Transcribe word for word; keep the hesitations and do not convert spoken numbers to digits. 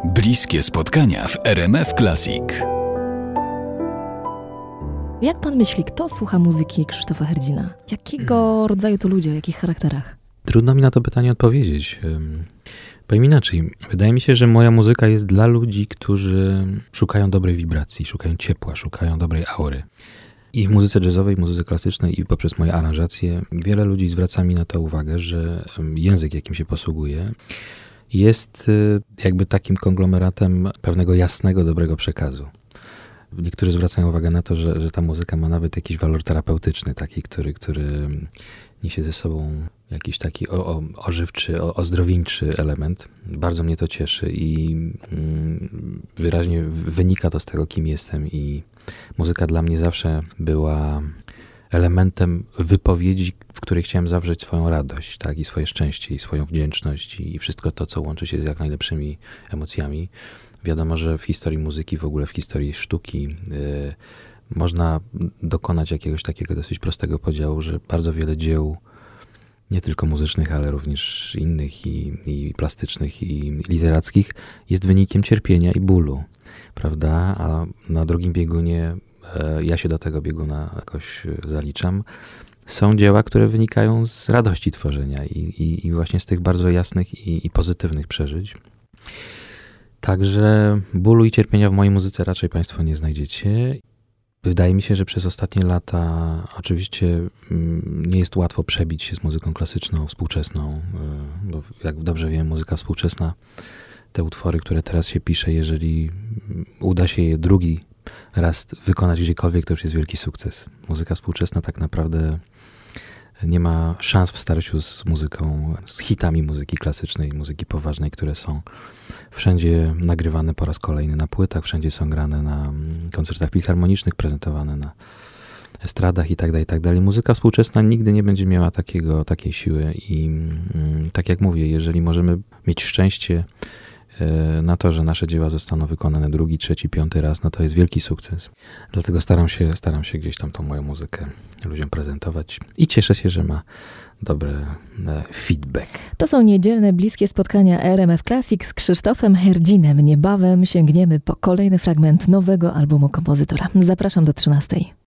Bliskie spotkania w R M F Classic. Jak pan myśli, kto słucha muzyki Krzysztofa Herdzina? Jakiego rodzaju to ludzie, o jakich charakterach? Trudno mi na to pytanie odpowiedzieć. Powiem inaczej. Wydaje mi się, że moja muzyka jest dla ludzi, którzy szukają dobrej wibracji, szukają ciepła, szukają dobrej aury. I w muzyce jazzowej, w muzyce klasycznej i poprzez moje aranżacje wiele ludzi zwraca mi na to uwagę, że język, jakim się posługuję, jest jakby takim konglomeratem pewnego jasnego, dobrego przekazu. Niektórzy zwracają uwagę na to, że, że ta muzyka ma nawet jakiś walor terapeutyczny, taki, który, który niesie ze sobą jakiś taki o, o, ożywczy, o, ozdrowieńczy element. Bardzo mnie to cieszy i mm, wyraźnie wynika to z tego, kim jestem, i muzyka dla mnie zawsze była elementem wypowiedzi, w której chciałem zawrzeć swoją radość, tak, i swoje szczęście, i swoją wdzięczność, i wszystko to, co łączy się z jak najlepszymi emocjami. Wiadomo, że w historii muzyki, w ogóle w historii sztuki yy, można dokonać jakiegoś takiego dosyć prostego podziału, że bardzo wiele dzieł, nie tylko muzycznych, ale również innych i, i plastycznych i literackich, jest wynikiem cierpienia i bólu, prawda? A na drugim biegunie, yy, ja się do tego bieguna jakoś zaliczam, są dzieła, które wynikają z radości tworzenia i, i, i właśnie z tych bardzo jasnych i, i pozytywnych przeżyć. Także bólu i cierpienia w mojej muzyce raczej państwo nie znajdziecie. Wydaje mi się, że przez ostatnie lata oczywiście nie jest łatwo przebić się z muzyką klasyczną, współczesną, bo jak dobrze wiem, muzyka współczesna, te utwory, które teraz się pisze, jeżeli uda się je drugi raz wykonać gdziekolwiek, to już jest wielki sukces. Muzyka współczesna tak naprawdę nie ma szans w starciu z muzyką, z hitami muzyki klasycznej, muzyki poważnej, które są wszędzie nagrywane po raz kolejny na płytach, wszędzie są grane na koncertach filharmonicznych, prezentowane na estradach i tak dalej, i tak dalej. Muzyka współczesna nigdy nie będzie miała takiego, takiej siły i mm, tak jak mówię, jeżeli możemy mieć szczęście na to, że nasze dzieła zostaną wykonane drugi, trzeci, piąty raz, no to jest wielki sukces. Dlatego staram się, staram się gdzieś tam tą moją muzykę ludziom prezentować i cieszę się, że ma dobry feedback. To są niedzielne bliskie spotkania R M F Classic z Krzysztofem Herdzinem. Niebawem sięgniemy po kolejny fragment nowego albumu kompozytora. Zapraszam do trzynastej.